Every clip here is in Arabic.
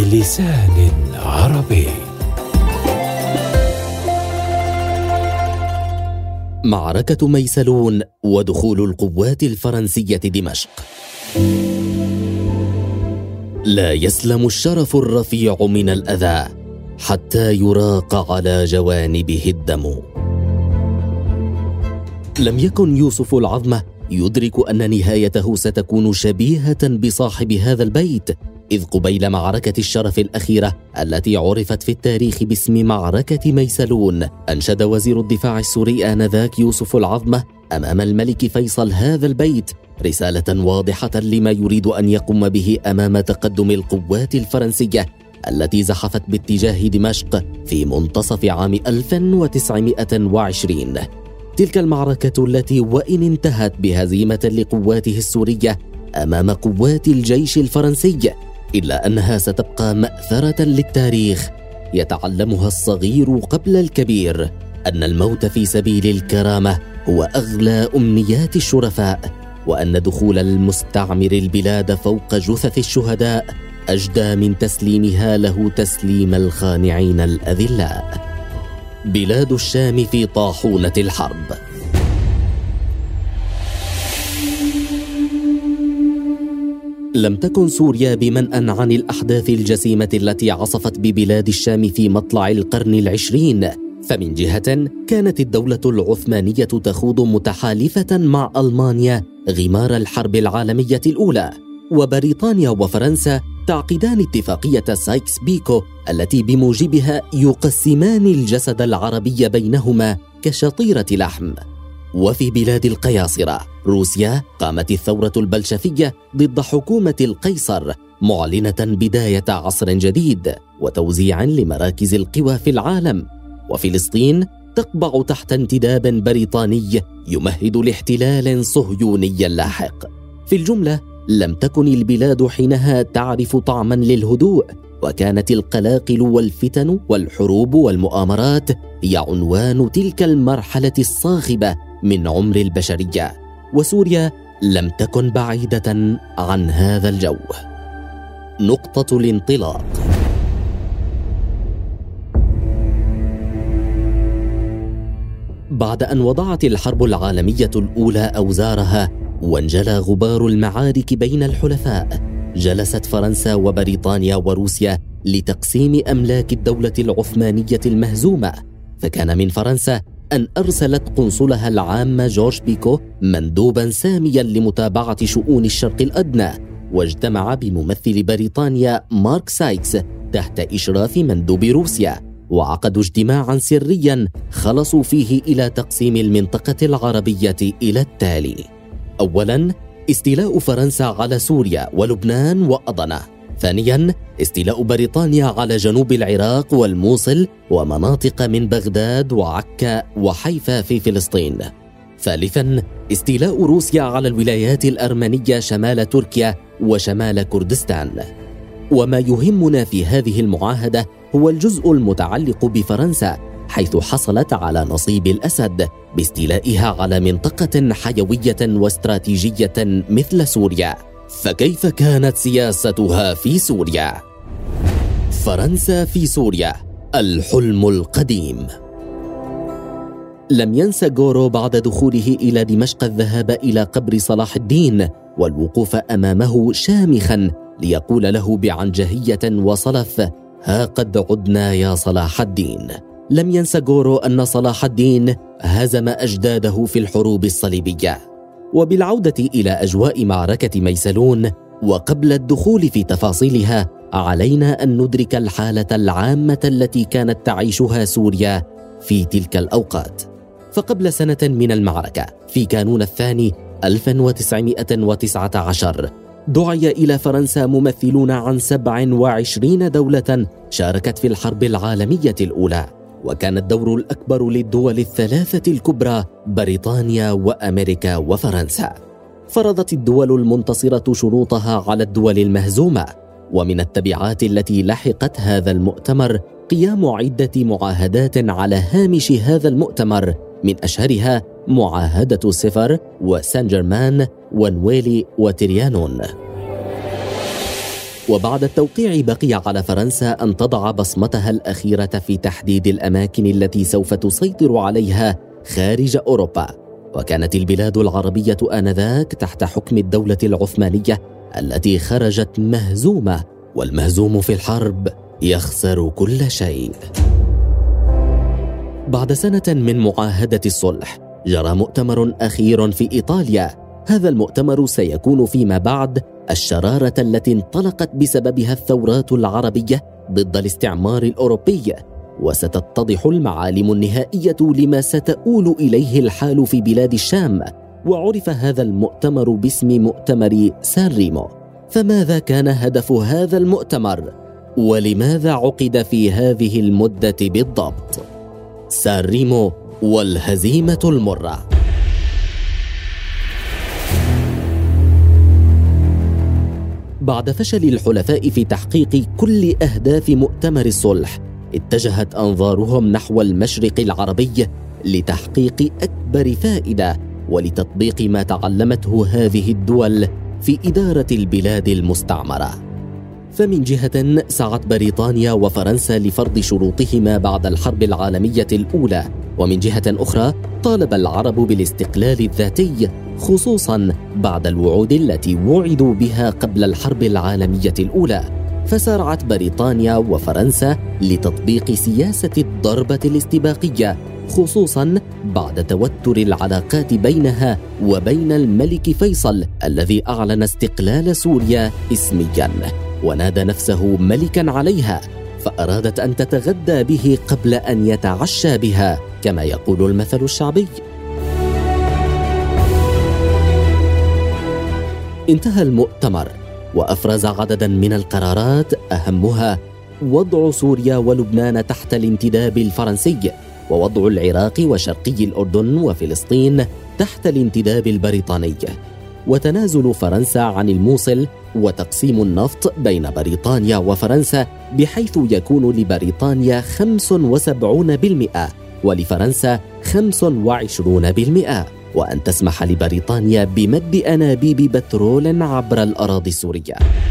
بلسان عربي. معركة ميسلون ودخول القوات الفرنسية دمشق. لا يسلم الشرف الرفيع من الأذى حتى يراق على جوانبه الدم. لم يكن يوسف العظمة يدرك أن نهايته ستكون شبيهة بصاحب هذا البيت، إذ قبيل معركة الشرف الأخيرة التي عرفت في التاريخ باسم معركة ميسلون، أنشد وزير الدفاع السوري آنذاك يوسف العظمة أمام الملك فيصل هذا البيت رسالة واضحة لما يريد أن يقوم به أمام تقدم القوات الفرنسية التي زحفت باتجاه دمشق في منتصف عام 1920. تلك المعركة التي وإن انتهت بهزيمة لقواته السورية أمام قوات الجيش الفرنسي، إلا أنها ستبقى مأثرة للتاريخ يتعلمها الصغير قبل الكبير، أن الموت في سبيل الكرامة هو أغلى أمنيات الشرفاء، وأن دخول المستعمر البلاد فوق جثث الشهداء أجدى من تسليمها له تسليم الخانعين الأذلاء. بلاد الشام في طاحونة الحرب. لم تكن سوريا بمنأى عن الأحداث الجسيمة التي عصفت ببلاد الشام في مطلع القرن العشرين، فمن جهة كانت الدولة العثمانية تخوض متحالفة مع ألمانيا غمار الحرب العالمية الأولى، وبريطانيا وفرنسا تعقدان اتفاقية سايكس بيكو التي بموجبها يقسمان الجسد العربي بينهما كشطيرة لحم. وفي بلاد القياصرة روسيا قامت الثورة البلشفية ضد حكومة القيصر، معلنة بداية عصر جديد وتوزيع لمراكز القوى في العالم. وفلسطين تقبع تحت انتداب بريطاني يمهد لاحتلال صهيوني لاحق. في الجملة لم تكن البلاد حينها تعرف طعما للهدوء، وكانت القلاقل والفتن والحروب والمؤامرات هي عنوان تلك المرحلة الصاخبة من عمر البشرية، وسوريا لم تكن بعيدة عن هذا الجو. نقطة الانطلاق. بعد أن وضعت الحرب العالمية الأولى أوزارها وانجلى غبار المعارك بين الحلفاء، جلست فرنسا وبريطانيا وروسيا لتقسيم أملاك الدولة العثمانية المهزومة. فكان من فرنسا أن أرسلت قنصلها العام جورج بيكو مندوبا ساميا لمتابعة شؤون الشرق الأدنى، واجتمع بممثل بريطانيا مارك سايكس تحت إشراف مندوب روسيا، وعقدوا اجتماعا سريا خلصوا فيه إلى تقسيم المنطقة العربية إلى التالي: أولا، استيلاء فرنسا على سوريا ولبنان وأضنة. ثانيا، استيلاء بريطانيا على جنوب العراق والموصل ومناطق من بغداد وعكا وحيفا في فلسطين. ثالثا، استيلاء روسيا على الولايات الأرمنية شمال تركيا وشمال كردستان. وما يهمنا في هذه المعاهدة هو الجزء المتعلق بفرنسا، حيث حصلت على نصيب الأسد باستيلائها على منطقة حيوية واستراتيجية مثل سوريا. فكيف كانت سياستها في سوريا؟ فرنسا في سوريا، الحلم القديم. لم ينسى غورو بعد دخوله إلى دمشق الذهاب إلى قبر صلاح الدين والوقوف أمامه شامخا ليقول له بعنجهية وصلف: ها قد عدنا يا صلاح الدين. لم ينسى غورو أن صلاح الدين هزم أجداده في الحروب الصليبية. وبالعودة إلى أجواء معركة ميسلون وقبل الدخول في تفاصيلها، علينا أن ندرك الحالة العامة التي كانت تعيشها سوريا في تلك الأوقات. فقبل سنة من المعركة في كانون الثاني 1919 دعي إلى فرنسا ممثلون عن 27 دولة شاركت في الحرب العالمية الأولى، وكان الدور الأكبر للدول الثلاثة الكبرى بريطانيا وأمريكا وفرنسا. فرضت الدول المنتصرة شروطها على الدول المهزومة، ومن التبعات التي لحقت هذا المؤتمر قيام عدة معاهدات على هامش هذا المؤتمر، من أشهرها معاهدة سفر وسان جيرمان ونويلي وتريانون. وبعد التوقيع بقي على فرنسا أن تضع بصمتها الأخيرة في تحديد الأماكن التي سوف تسيطر عليها خارج أوروبا. وكانت البلاد العربية آنذاك تحت حكم الدولة العثمانية التي خرجت مهزومة، والمهزوم في الحرب يخسر كل شيء. بعد سنة من معاهدة الصلح جرى مؤتمر أخير في إيطاليا. هذا المؤتمر سيكون فيما بعد الشرارة التي انطلقت بسببها الثورات العربية ضد الاستعمار الأوروبي، وستتضح المعالم النهائية لما ستؤول إليه الحال في بلاد الشام. وعرف هذا المؤتمر باسم مؤتمر سان ريمو. فماذا كان هدف هذا المؤتمر؟ ولماذا عقد في هذه المدة بالضبط؟ سان ريمو والهزيمة المرة. بعد فشل الحلفاء في تحقيق كل أهداف مؤتمر الصلح، اتجهت أنظارهم نحو المشرق العربي لتحقيق أكبر فائدة ولتطبيق ما تعلمته هذه الدول في إدارة البلاد المستعمرة. فمن جهة سعت بريطانيا وفرنسا لفرض شروطهما بعد الحرب العالمية الأولى، ومن جهة أخرى طالب العرب بالاستقلال الذاتي، خصوصا بعد الوعود التي وعدوا بها قبل الحرب العالمية الأولى. فسارعت بريطانيا وفرنسا لتطبيق سياسة الضربة الاستباقية، خصوصا بعد توتر العلاقات بينها وبين الملك فيصل الذي أعلن استقلال سوريا اسميا ونادى نفسه ملكا عليها، فأرادت أن تتغدى به قبل أن يتعشى بها كما يقول المثل الشعبي. انتهى المؤتمر وأفرز عددا من القرارات، أهمها وضع سوريا ولبنان تحت الانتداب الفرنسي، ووضع العراق وشرقي الأردن وفلسطين تحت الانتداب البريطاني، وتنازل فرنسا عن الموصل، وتقسيم النفط بين بريطانيا وفرنسا بحيث يكون لبريطانيا 75% ولفرنسا 25%، وأن تسمح لبريطانيا بمد أنابيب بترول عبر الأراضي السورية.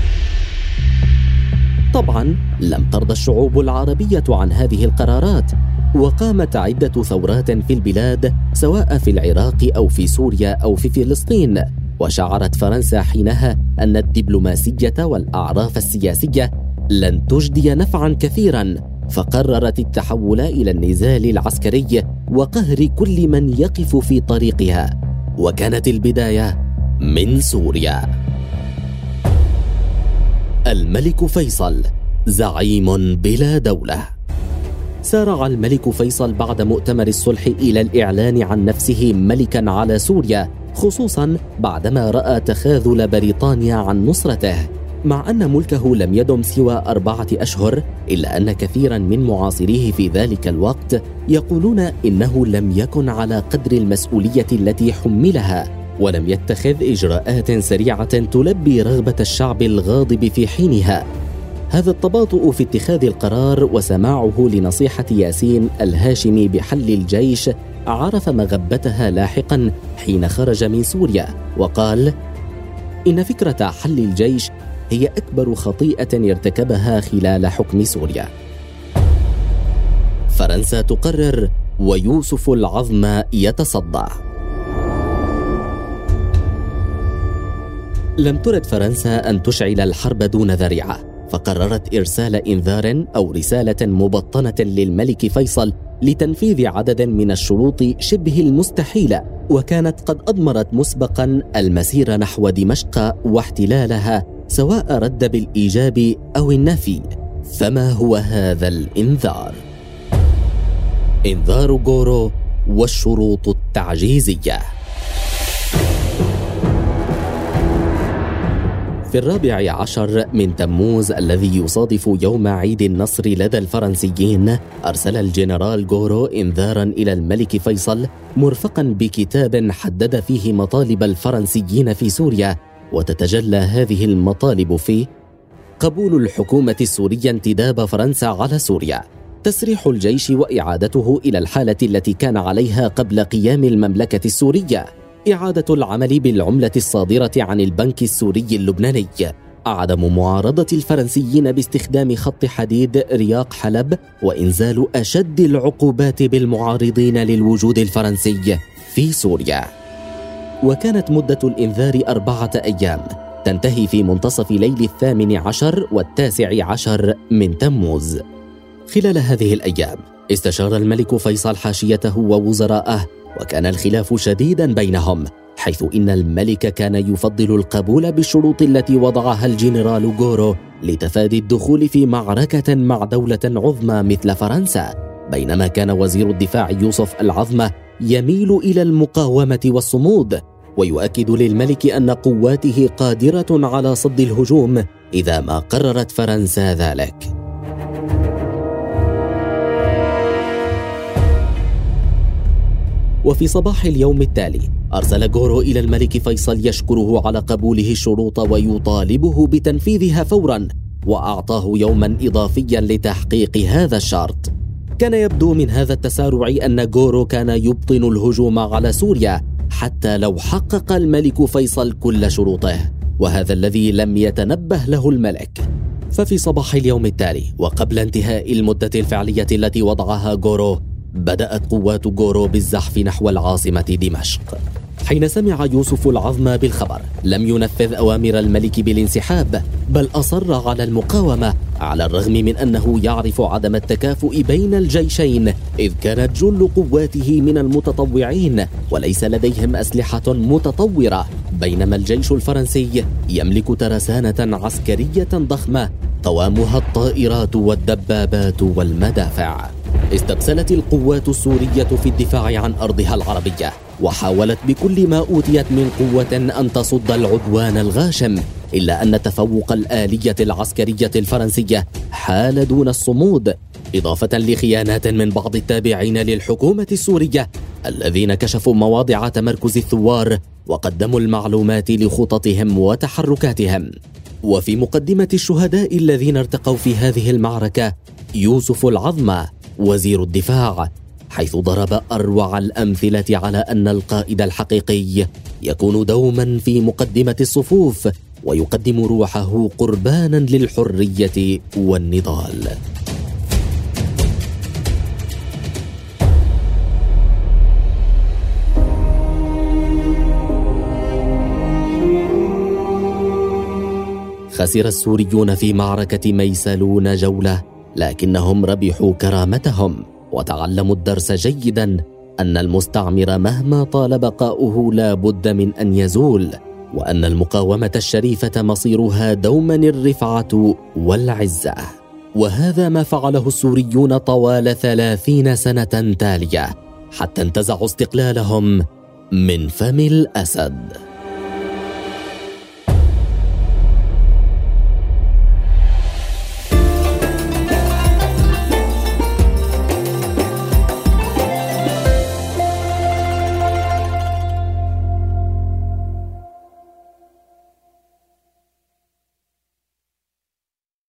طبعا لم ترضى الشعوب العربية عن هذه القرارات، وقامت عدة ثورات في البلاد سواء في العراق أو في سوريا أو في فلسطين. وشعرت فرنسا حينها أن الدبلوماسية والأعراف السياسية لن تجدي نفعا كثيرا، فقررت التحول إلى النزال العسكري وقهر كل من يقف في طريقها، وكانت البداية من سوريا. الملك فيصل زعيم بلا دولة. سارع الملك فيصل بعد مؤتمر الصلح إلى الإعلان عن نفسه ملكا على سوريا، خصوصا بعدما رأى تخاذل بريطانيا عن نصرته. مع أن ملكه لم يدم سوى 4 أشهر، إلا أن كثيرا من معاصريه في ذلك الوقت يقولون إنه لم يكن على قدر المسؤولية التي حملها، ولم يتخذ إجراءات سريعة تلبي رغبة الشعب الغاضب في حينها. هذا التباطؤ في اتخاذ القرار وسماعه لنصيحة ياسين الهاشمي بحل الجيش عرف مغبتها لاحقا حين خرج من سوريا، وقال: إن فكرة حل الجيش هي أكبر خطيئة ارتكبها خلال حكم سوريا. فرنسا تقرر ويوسف العظم يتصدع. لم ترد فرنسا أن تشعل الحرب دون ذريعة، فقررت إرسال إنذار أو رسالة مبطنة للملك فيصل لتنفيذ عدد من الشروط شبه المستحيلة، وكانت قد أضمرت مسبقا المسير نحو دمشق واحتلالها، سواء رد بالإيجاب أو النفي. فما هو هذا الإنذار؟ إنذار غورو والشروط التعجيزية. في 14 من تموز الذي يصادف يوم عيد النصر لدى الفرنسيين، أرسل الجنرال غورو إنذارا إلى الملك فيصل مرفقا بكتاب حدد فيه مطالب الفرنسيين في سوريا، وتتجلى هذه المطالب في قبول الحكومة السورية انتداب فرنسا على سوريا، تسريح الجيش وإعادته إلى الحالة التي كان عليها قبل قيام المملكة السورية، إعادة العمل بالعملة الصادرة عن البنك السوري اللبناني، عدم معارضة الفرنسيين باستخدام خط حديد رياق حلب وإنزال أشد العقوبات بالمعارضين للوجود الفرنسي في سوريا. وكانت مدة الإنذار 4 أيام تنتهي في منتصف ليل 18 و19 من تموز. خلال هذه الأيام استشار الملك فيصل حاشيته ووزراءه، وكان الخلاف شديدا بينهم، حيث إن الملك كان يفضل القبول بالشروط التي وضعها الجنرال غورو لتفادي الدخول في معركة مع دولة عظمى مثل فرنسا، بينما كان وزير الدفاع يوسف العظمة يميل إلى المقاومة والصمود، ويؤكد للملك أن قواته قادرة على صد الهجوم إذا ما قررت فرنسا ذلك. وفي صباح اليوم التالي أرسل غورو إلى الملك فيصل يشكره على قبوله الشروط ويطالبه بتنفيذها فورا، وأعطاه يوما إضافيا لتحقيق هذا الشرط. كان يبدو من هذا التسارع أن غورو كان يبطن الهجوم على سوريا حتى لو حقق الملك فيصل كل شروطه، وهذا الذي لم يتنبه له الملك. ففي صباح اليوم التالي وقبل انتهاء المدة الفعلية التي وضعها غورو، بدأت قوات غورو بالزحف نحو العاصمة دمشق. حين سمع يوسف العظمة بالخبر لم ينفذ أوامر الملك بالانسحاب، بل أصر على المقاومة، على الرغم من أنه يعرف عدم التكافؤ بين الجيشين، إذ كانت جل قواته من المتطوعين وليس لديهم أسلحة متطورة، بينما الجيش الفرنسي يملك ترسانة عسكرية ضخمة قوامها الطائرات والدبابات والمدافع. استبسلت القوات السورية في الدفاع عن أرضها العربية، وحاولت بكل ما أوتيت من قوة أن تصد العدوان الغاشم، إلا أن تفوق الآلية العسكرية الفرنسية حال دون الصمود، إضافة لخيانات من بعض التابعين للحكومة السورية الذين كشفوا مواضع تمركز الثوار وقدموا المعلومات لخططهم وتحركاتهم. وفي مقدمة الشهداء الذين ارتقوا في هذه المعركة يوسف العظمة وزير الدفاع، حيث ضرب أروع الأمثلة على أن القائد الحقيقي يكون دوما في مقدمة الصفوف ويقدم روحه قربانا للحرية والنضال. خسر السوريون في معركة ميسلون جولة، لكنهم ربحوا كرامتهم وتعلموا الدرس جيدا أن المستعمر مهما طال بقاؤه لا بد من أن يزول، وأن المقاومة الشريفة مصيرها دوما الرفعة والعزة. وهذا ما فعله السوريون طوال 30 سنة تالية، حتى انتزعوا استقلالهم من فم الأسد.